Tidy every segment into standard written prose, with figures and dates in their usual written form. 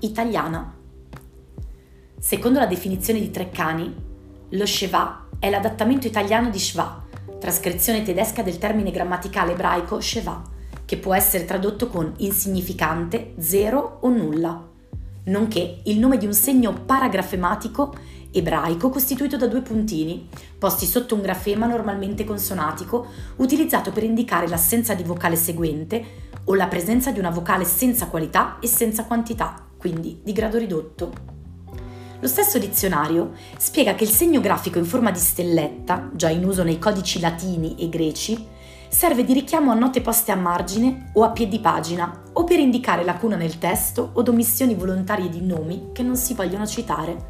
italiana. Secondo la definizione di Treccani, lo Sheva è l'adattamento italiano di Shva, trascrizione tedesca del termine grammaticale ebraico Sheva, che può essere tradotto con insignificante, zero o nulla, nonché il nome di un segno paragrafematico ebraico costituito da 2 puntini, posti sotto un grafema normalmente consonatico, utilizzato per indicare l'assenza di vocale seguente o la presenza di una vocale senza qualità e senza quantità, quindi di grado ridotto. Lo stesso dizionario spiega che il segno grafico in forma di stelletta, già in uso nei codici latini e greci, serve di richiamo a note poste a margine o a piedi pagina o per indicare lacuna nel testo o omissioni volontarie di nomi che non si vogliono citare.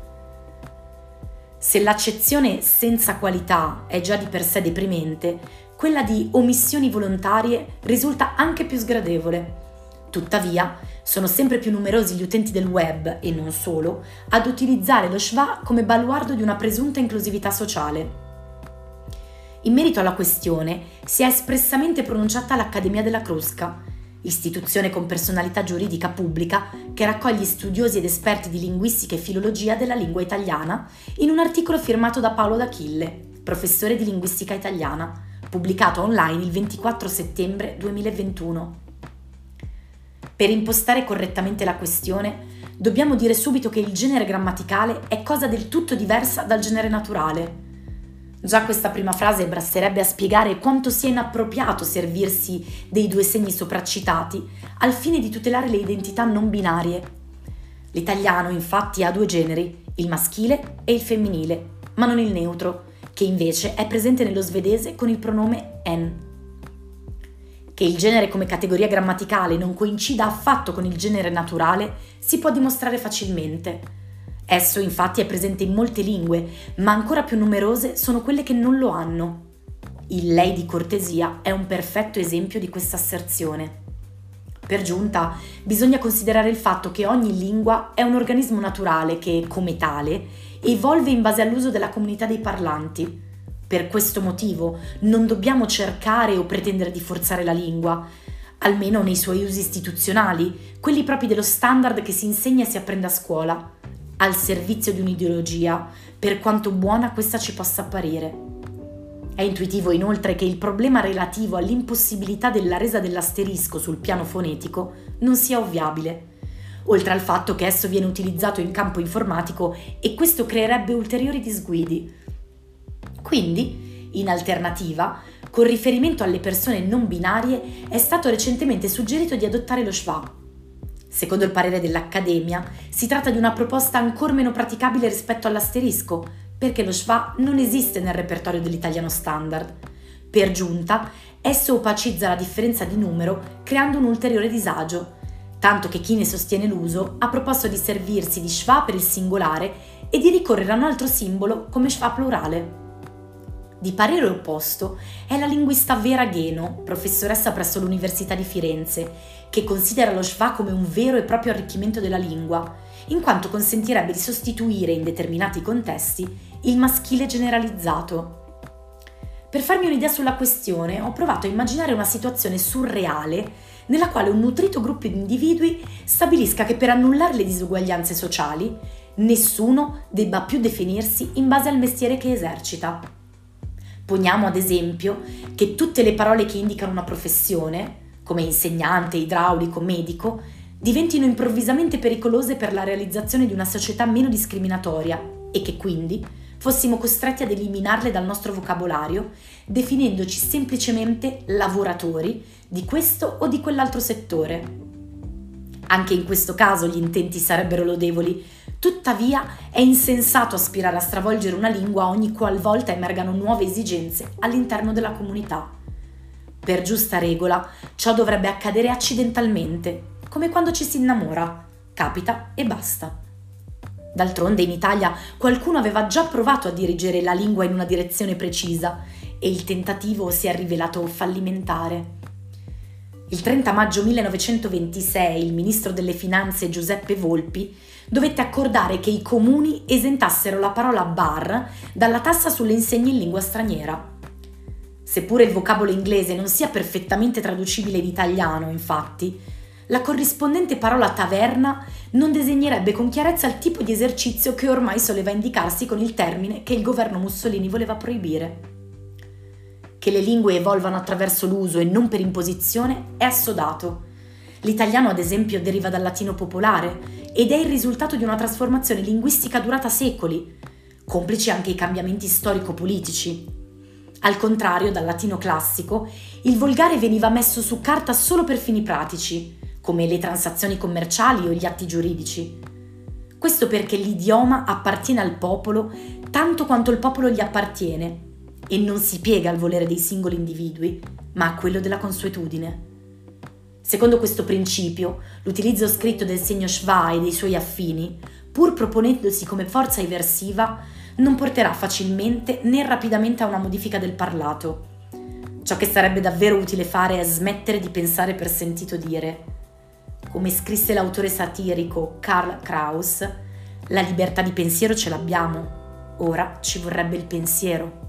Se l'accezione senza qualità è già di per sé deprimente, quella di omissioni volontarie risulta anche più sgradevole. Tuttavia, sono sempre più numerosi gli utenti del web, e non solo, ad utilizzare lo Shva come baluardo di una presunta inclusività sociale. In merito alla questione si è espressamente pronunciata l'Accademia della Crusca, istituzione con personalità giuridica pubblica che raccoglie studiosi ed esperti di linguistica e filologia della lingua italiana, in un articolo firmato da Paolo D'Achille, professore di linguistica italiana, pubblicato online il 24 settembre 2021. Per impostare correttamente la questione, dobbiamo dire subito che il genere grammaticale è cosa del tutto diversa dal genere naturale. Già questa prima frase basterebbe a spiegare quanto sia inappropriato servirsi dei 2 segni sopracitati al fine di tutelare le identità non binarie. L'italiano infatti ha 2 generi, il maschile e il femminile, ma non il neutro, che invece è presente nello svedese con il pronome en. Che il genere come categoria grammaticale non coincida affatto con il genere naturale si può dimostrare facilmente. Esso infatti è presente in molte lingue, ma ancora più numerose sono quelle che non lo hanno. Il lei di cortesia è un perfetto esempio di questa asserzione. Per giunta, bisogna considerare il fatto che ogni lingua è un organismo naturale che, come tale, evolve in base all'uso della comunità dei parlanti. Per questo motivo non dobbiamo cercare o pretendere di forzare la lingua, almeno nei suoi usi istituzionali, quelli propri dello standard che si insegna e si apprende a scuola, al servizio di un'ideologia, per quanto buona questa ci possa apparire. È intuitivo inoltre che il problema relativo all'impossibilità della resa dell'asterisco sul piano fonetico non sia ovviabile, oltre al fatto che esso viene utilizzato in campo informatico e questo creerebbe ulteriori disguidi. Quindi, in alternativa, con riferimento alle persone non binarie, è stato recentemente suggerito di adottare lo Shva. Secondo il parere dell'Accademia, si tratta di una proposta ancor meno praticabile rispetto all'asterisco, perché lo Shva non esiste nel repertorio dell'italiano standard. Per giunta, esso opacizza la differenza di numero, creando un ulteriore disagio, tanto che chi ne sostiene l'uso ha proposto di servirsi di Shva per il singolare e di ricorrere a un altro simbolo come Shva plurale. Di parere opposto è la linguista Vera Gheno, professoressa presso l'Università di Firenze, che considera lo Shva come un vero e proprio arricchimento della lingua, in quanto consentirebbe di sostituire in determinati contesti il maschile generalizzato. Per farmi un'idea sulla questione, ho provato a immaginare una situazione surreale nella quale un nutrito gruppo di individui stabilisca che per annullare le disuguaglianze sociali nessuno debba più definirsi in base al mestiere che esercita. Poniamo ad esempio che tutte le parole che indicano una professione, come insegnante, idraulico, medico, diventino improvvisamente pericolose per la realizzazione di una società meno discriminatoria e che quindi fossimo costretti ad eliminarle dal nostro vocabolario, definendoci semplicemente lavoratori di questo o di quell'altro settore. Anche in questo caso gli intenti sarebbero lodevoli, tuttavia è insensato aspirare a stravolgere una lingua ogni qualvolta emergano nuove esigenze all'interno della comunità. Per giusta regola, ciò dovrebbe accadere accidentalmente, come quando ci si innamora, capita e basta. D'altronde in Italia qualcuno aveva già provato a dirigere la lingua in una direzione precisa e il tentativo si è rivelato fallimentare. Il 30 maggio 1926 il ministro delle Finanze Giuseppe Volpi dovette accordare che i comuni esentassero la parola bar dalla tassa sulle insegne in lingua straniera. Seppure il vocabolo inglese non sia perfettamente traducibile in italiano, infatti, la corrispondente parola taverna non designerebbe con chiarezza il tipo di esercizio che ormai soleva indicarsi con il termine che il governo Mussolini voleva proibire. Che le lingue evolvano attraverso l'uso e non per imposizione è assodato. L'italiano, ad esempio, deriva dal latino popolare ed è il risultato di una trasformazione linguistica durata secoli, complici anche i cambiamenti storico-politici. Al contrario, dal latino classico, il volgare veniva messo su carta solo per fini pratici, come le transazioni commerciali o gli atti giuridici. Questo perché l'idioma appartiene al popolo tanto quanto il popolo gli appartiene e non si piega al volere dei singoli individui, ma a quello della consuetudine. Secondo questo principio, l'utilizzo scritto del segno schwa e dei suoi affini, pur proponendosi come forza eversiva, non porterà facilmente né rapidamente a una modifica del parlato. Ciò che sarebbe davvero utile fare è smettere di pensare per sentito dire. Come scrisse l'autore satirico Karl Kraus, la libertà di pensiero ce l'abbiamo, ora ci vorrebbe il pensiero.